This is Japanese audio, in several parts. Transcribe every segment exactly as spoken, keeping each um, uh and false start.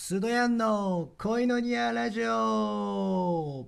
スドヤンの恋のニアラジオ。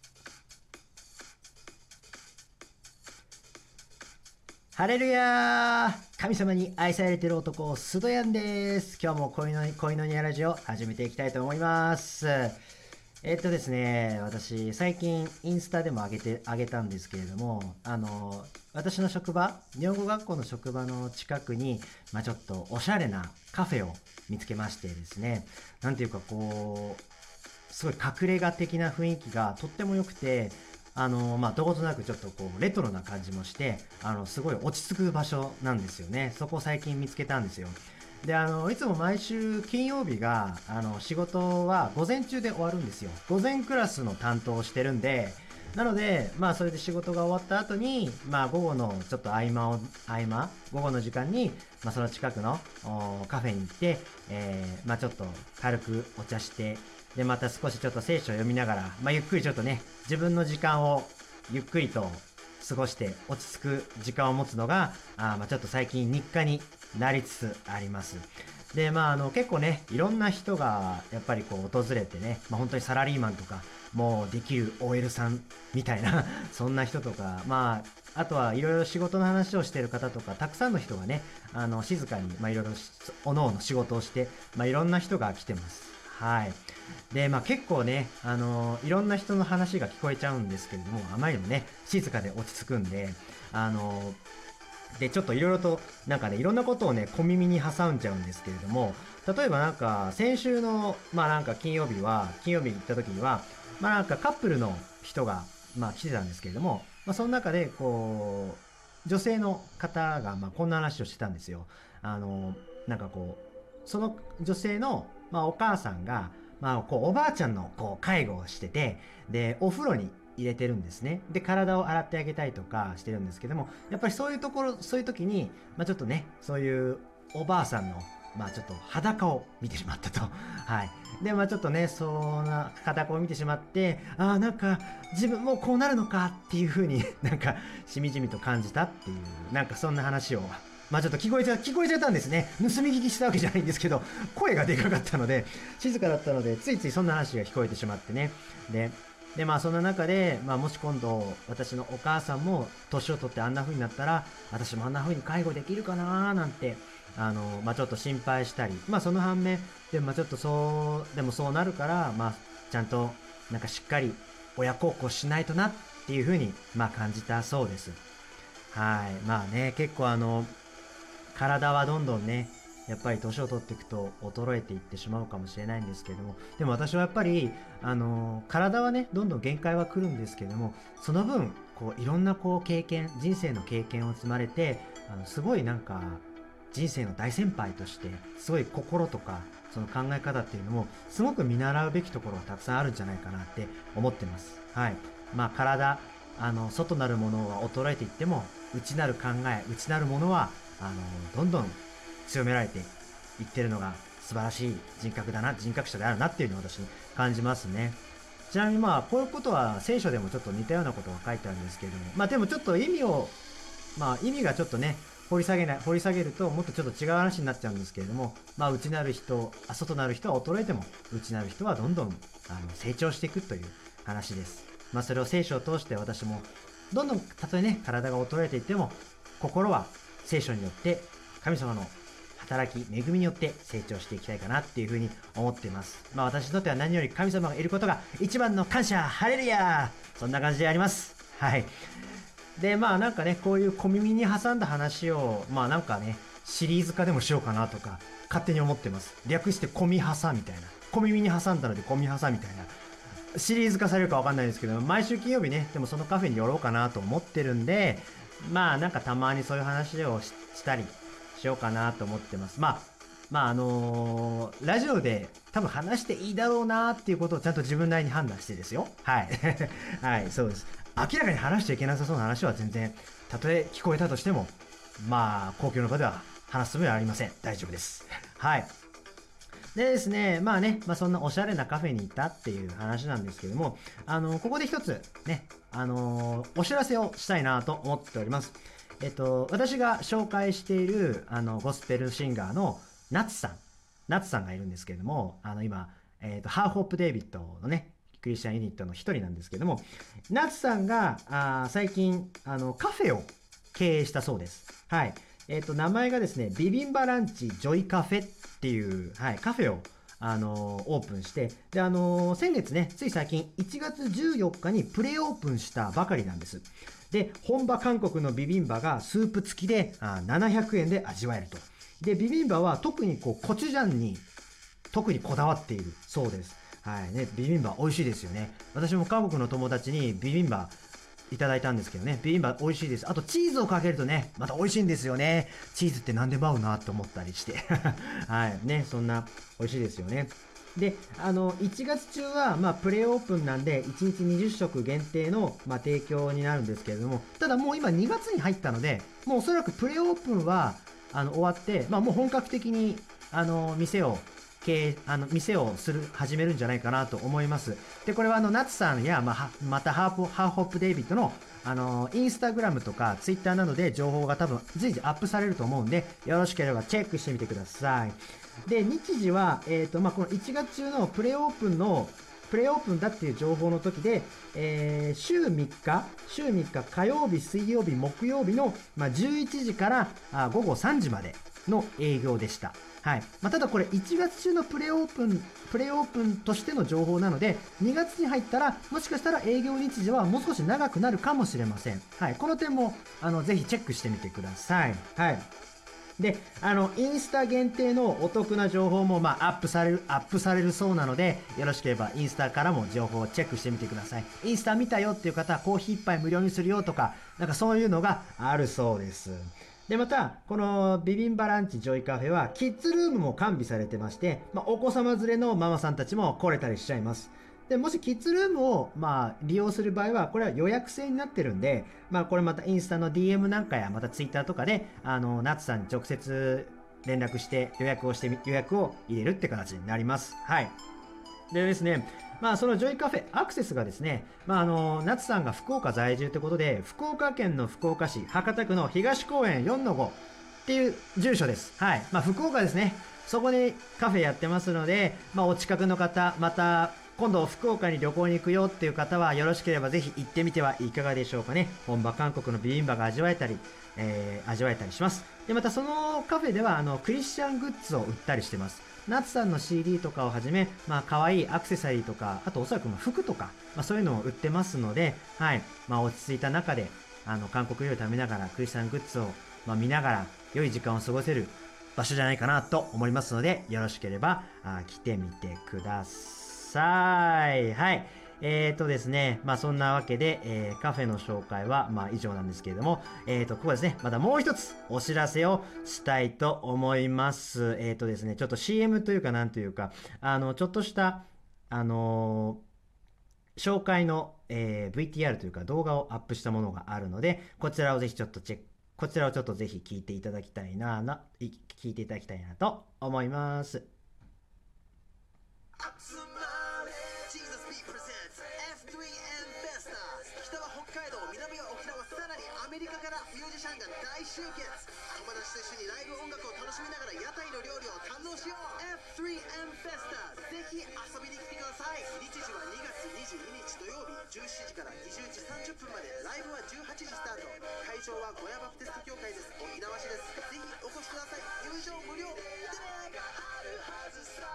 ハレルヤー、神様に愛されている男スドヤンです。今日も恋の恋のニアラジオ始めていきたいと思います。えっとですね、私最近インスタでも上げてあげたんですけれども、あの私の職場、日本語学校の職場の近くに、まあ、ちょっとおしゃれなカフェを見つけましてですね、なんていうかこうすごい隠れ家的な雰囲気がとっても良くて、あのまあどことなくちょっとこうレトロな感じもして、あのすごい落ち着く場所なんですよね。そこを最近見つけたんですよ。で、あのいつも毎週金曜日があの仕事は午前中で終わるんですよ。午前クラスの担当をしてるんで、なのでまあそれで仕事が終わった後に、まあ午後のちょっと合間を合間午後の時間に、まあ、その近くのカフェに行って、えー、まあちょっと軽くお茶して、でまた少しちょっと聖書を読みながら、まあ、ゆっくりちょっとね自分の時間をゆっくりと過ごして落ち着く時間を持つのが、あまあちょっと最近日課になりつつあります。でまああの結構ねいろんな人がやっぱりこう訪れてね、まあ、本当にサラリーマンとかもうできる オーエル さんみたいなそんな人とか、まああとはいろいろ仕事の話をしている方とか、たくさんの人がねあの静かにいろいろおのおの仕事をして、まあ、いろんな人が来てます。はい。で、まあ結構ね、あのーいろんな人の話が聞こえちゃうんですけれども、あまりにもね、静かで落ち着くんで、あのーで、ちょっといろいろと、なんかね、いろんなことをね、小耳に挟んじゃうんですけれども、例えばなんか、先週の、まあなんか金曜日は、金曜日に行った時には、まあなんかカップルの人が、まあ来てたんですけれども、まあその中で、こう、女性の方が、まあこんな話をしてたんですよ。あのーなんかこう、その女性の、まあお母さんが、まあこう、おばあちゃんの、こう、介護をしてて、で、お風呂に入れてるんですね。で、体を洗ってあげたりとかしてるんですけども、やっぱりそういうところ、そういう時に、まあちょっとね、そういうおばあさんの、まあちょっと裸を見てしまったと。はい。で、まあちょっとね、そんな裸を見てしまって、ああ、なんか自分もこうなるのかっていう風になんかしみじみと感じたっていう、なんかそんな話を、まあちょっと聞こえちゃ、聞こえちゃったんですね。盗み聞きしたわけじゃないんですけど、声がでかかったので、静かだったので、ついついそんな話が聞こえてしまってね。で、でまあそんな中で、まあ、もし今度私のお母さんも年を取ってあんな風になったら私もあんな風に介護できるかなーなんて、あの、まあ、ちょっと心配したり、まあその反面でもまあちょっとそうでもそうなるから、まあちゃんとなんかしっかり親孝行しないとなっていう風にまあ感じたそうです。はい。まあね、結構あの体はどんどんねやっぱり年を取っていくと衰えていってしまうかもしれないんですけども、でも私はやっぱりあの体はねどんどん限界は来るんですけども、その分こういろんなこう経験、人生の経験を積まれて、あのすごいなんか人生の大先輩としてすごい心とかその考え方っていうのもすごく見習うべきところがたくさんあるんじゃないかなって思ってます。はい。まあ体、あの外なるものは衰えていっても内なる考え、内なるものはあのどんどん強められていってるのが素晴らしい人格だな、人格者であるなっていうのを私感じますね。ちなみにまあこういうことは聖書でもちょっと似たようなことが書いてあるんですけれども、まあでもちょっと意味を、まあ意味がちょっとね掘り下げない掘り下げるともっとちょっと違う話になっちゃうんですけれども、まあ内なる人、あ外なる人は衰えても内なる人はどんどんあの成長していくという話です。まあそれを聖書を通して私もどんどんたとえね体が衰えていっても心は聖書によって神様の働き、恵みによって成長していきたいかなっていうふうに思っています。まあ私にとっては何より神様がいることが一番の感謝、ハレルヤー、そんな感じであります。はい。で、まあなんかね、こういう小耳に挟んだ話を、まあなんかね、シリーズ化でもしようかなとか、勝手に思ってます。略して小耳挟みたいな。小耳に挟んだので小耳挟みたいな。シリーズ化されるかわかんないですけど、毎週金曜日ね、でもそのカフェに寄ろうかなと思ってるんで、まあなんかたまにそういう話をししたりしようかなと思ってます。まあ、まああのーラジオで多分話していいだろうなっていうことをちゃんと自分なりに判断してですよ。はい。はい、そうです。明らかに話しちゃいけなさそうな話は全然、たとえ聞こえたとしても、まあ、公共の場では話すつもりはありません。大丈夫です。はい。でですね、まあね、まあそんなおしゃれなカフェに行ったっていう話なんですけども、あの、ここで一つね、あのーお知らせをしたいなと思っております。えっと、私が紹介している、あの、ゴスペルシンガーのナツさん。 ナツさんがいるんですけれども、あの今、えーと、ハーフホップデイビッドのね、クリスチャンユニットの一人なんですけども、ナツさんがあ最近あのカフェを経営したそうです。はい。えっ、ー、と、名前がですね、ビビンバランチジョイカフェっていう、はい、カフェをあのー、オープンして、で、あのー、先月ね、つい最近いちがつじゅうよっかにプレオープンしたばかりなんです。で、本場韓国のビビンバがスープ付きであななひゃくえんで味わえると。で、ビビンバは特にこうコチュジャンに特にこだわっているそうです。はいね、ビビンバ美味しいですよね。私も韓国の友達にビビンバいただいたんですけどね、ビビンバ美味しいです。あとチーズをかけるとね、また美味しいんですよね。チーズって何でも合うなと思ったりしてはいね、そんな美味しいですよね。で、あのいちがつ中は、まあ、プレオープンなんでいちにちにじゅっしょく限定の、まあ、提供になるんですけれども、ただもう今にがつに入ったので、もうおそらくプレオープンはあの終わって、まあ、もう本格的にあの店を経営あの店をする始めるんじゃないかなと思います。で、これはあのナツさんや、まあ、またハーフハーフホップデイビッドのあのインスタグラムとかツイッターなどで情報が多分随時アップされると思うんで、よろしければチェックしてみてください。で、日時は、えーとまあ、このいちがつ中のプレオープンのプレオープンだっていう情報の時で、えー、週みっか、週みっか、火曜日、水曜日、木曜日の、まあ、じゅういちじからあ午後さんじまでの営業でした。はい。まあ、ただこれいちがつ中のプレオープン、プレオープンとしての情報なので、にがつに入ったら、もしかしたら営業日時はもう少し長くなるかもしれません。はい。この点も、あの、ぜひチェックしてみてください。はい。で、あの、インスタ限定のお得な情報も、まあ、アップされる、アップされるそうなので、よろしければインスタからも情報をチェックしてみてください。インスタ見たよっていう方は、コーヒー一杯無料にするよとか、なんかそういうのがあるそうです。で、また、このビビンバランチジョイカフェは、キッズルームも完備されてまして、まあ、お子様連れのママさんたちも来れたりしちゃいます。で、もしキッズルームを、まあ、利用する場合は、これは予約制になってるんで、まあ、これまたインスタの ディーエム なんかや、またツイッターとかで、あの、ナツさんに直接連絡して予約をして予約を入れるって形になります。はい。でですね、まあそのジョイカフェアクセスがですね、まああの夏さんが福岡在住ということで、福岡県の福岡市博多区の東公園 よんのご っていう住所です。はい。まあ福岡ですね。そこでカフェやってますので、まあお近くの方、また今度福岡に旅行に行くよっていう方はよろしければぜひ行ってみてはいかがでしょうかね。本場韓国のビビンバが味わえたり、えー、味わえたりします。で、またそのカフェではあのクリスチャングッズを売ったりしてます。ナツさんの シーディー とかをはじめ、まあ可愛いアクセサリーとか、あとおそらくまあ服とか、まあそういうのを売ってますので、はい。まあ落ち着いた中で、あの韓国料理を食べながらクリスチャングッズをまあ見ながら良い時間を過ごせる場所じゃないかなと思いますので、よろしければあ来てみてください。はい。えーとですね、まあそんなわけで、えーカフェの紹介はまあ以上なんですけれども、えーと、ここですね、またもう一つお知らせをしたいと思います。えーとですね、ちょっと シーエム というかなんというか、あの、ちょっとした、あのー紹介の、えー ブイティーアール というか動画をアップしたものがあるので、こちらをぜひちょっとチェック、こちらをちょっとぜひ聞いていただきたいな、な、い聞いていただきたいなと思います。 集まれ Jesus B Presents エフスリーエム フェスタ北は北海道南は沖縄さらにアメリカからミュージシャンが大集結友達と一緒にライブ音楽を楽しみながら屋台の料理を堪能しよう エフスリーエム フェスタぜひ遊びに来てください日時はにがつにじゅうににち土曜日じゅうしちじからにじゅういちじさんじゅっぷんまでライブはじゅうはちじスタート会場は小屋バプテスト教会です沖縄市ですぜひお越しください入場無料夢があるはずさ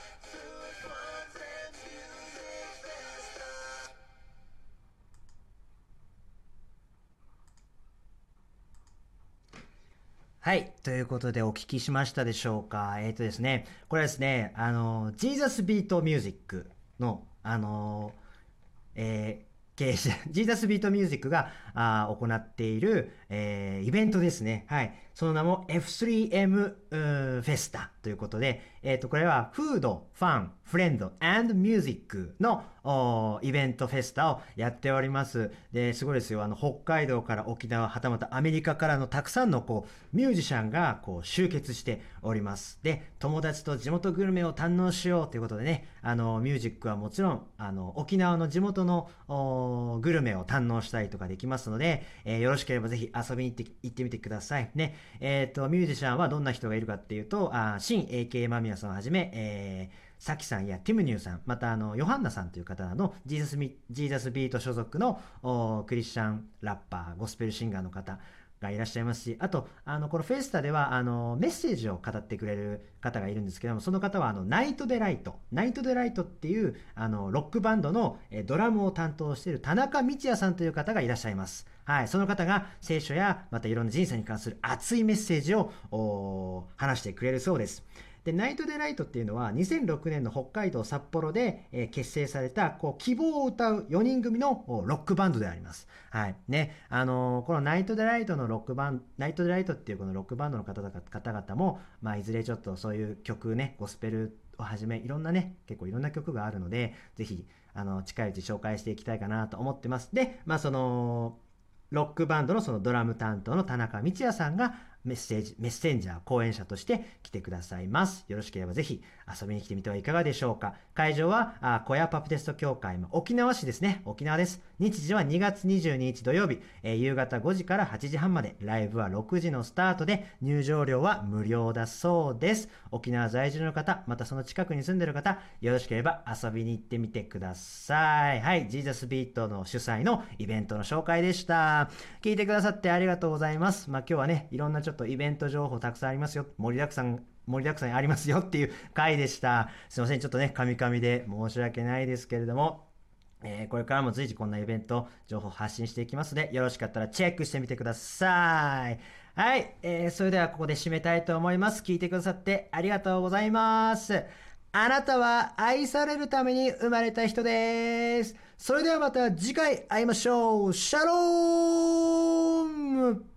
はい。ということでお聞きしましたでしょうか。えっ、とですね、これはですね、あの、Jesus Beat Music の、あの、えー経営者、ジーザスビートミュージックがあ行っている、えーイベントですね。はい。その名も エフスリーエム フェスタということで、えっ、と、これはフード、ファン、フレンド、and ミュージックのイベントフェスタをやっております。で、すごいですよ。あの、北海道から沖縄、はたまたアメリカからのたくさんのこう、ミュージシャンがこう集結しております。で、友達と地元グルメを堪能しようということでね、あの、ミュージックはもちろん、あの、沖縄の地元のグルメを堪能したりとかできますので、えー、よろしければぜひ遊びに行って行ってみてくださいね。えっ、とミュージシャンはどんな人がいるかっていうと、あ新 エーケー 間宮さんをはじめ、えーサキさんやティムニューさん、またあのヨハンナさんという方のジーザスミジーザスビート所属のクリスチャンラッパー、ゴスペルシンガーの方がいらっしゃいますし、あとあのこのフェスタではあのメッセージを語ってくれる方がいるんですけども、その方はあのナイトデライトナイトデライトっていうあのロックバンドのえドラムを担当している田中道也さんという方がいらっしゃいます。はい、その方が聖書やまたいろんな人生に関する熱いメッセージを話してくれるそうです。でナイトデライトっていうのはにせんろくねんの北海道札幌で、えー、結成されたこう希望を歌うよにん組のロックバンドであります。はいね、あのー、このナイトデライトのロックバンドナイトデライトっていうこのロックバンドの方々方々も、まあ、いずれちょっとそういう曲ね、ゴスペルをはじめいろんなね結構いろんな曲があるので、ぜひあの近いうち紹介していきたいかなと思ってます。で、まあそのロックバンドのそのドラム担当の田中道也さんがメッセージメッセンジャー講演者として来てくださいます。よろしければぜひ遊びに来てみてはいかがでしょうか。会場はあ小屋パプテスト協会、沖縄市ですね。沖縄です。日時はにがつにじゅうににち土曜日、えー、夕方ごじからはちじはんまで、ライブはろくじのスタートで入場料は無料だそうです。沖縄在住の方、またその近くに住んでいる方、よろしければ遊びに行ってみてください。はい、ジーザスビートの主催のイベントの紹介でした。聞いてくださってありがとうございます。まあ今日はね、いろんなちょっとイベント情報たくさんありますよ、盛りだくさん盛りだくさんありますよっていう回でした。すいません、ちょっとねカミカミで申し訳ないですけれども、えー、これからも随時こんなイベント情報発信していきますので、よろしかったらチェックしてみてください。はい、えー、それではここで締めたいと思います。聞いてくださってありがとうございます。あなたは愛されるために生まれた人です。それではまた次回会いましょう。シャローム。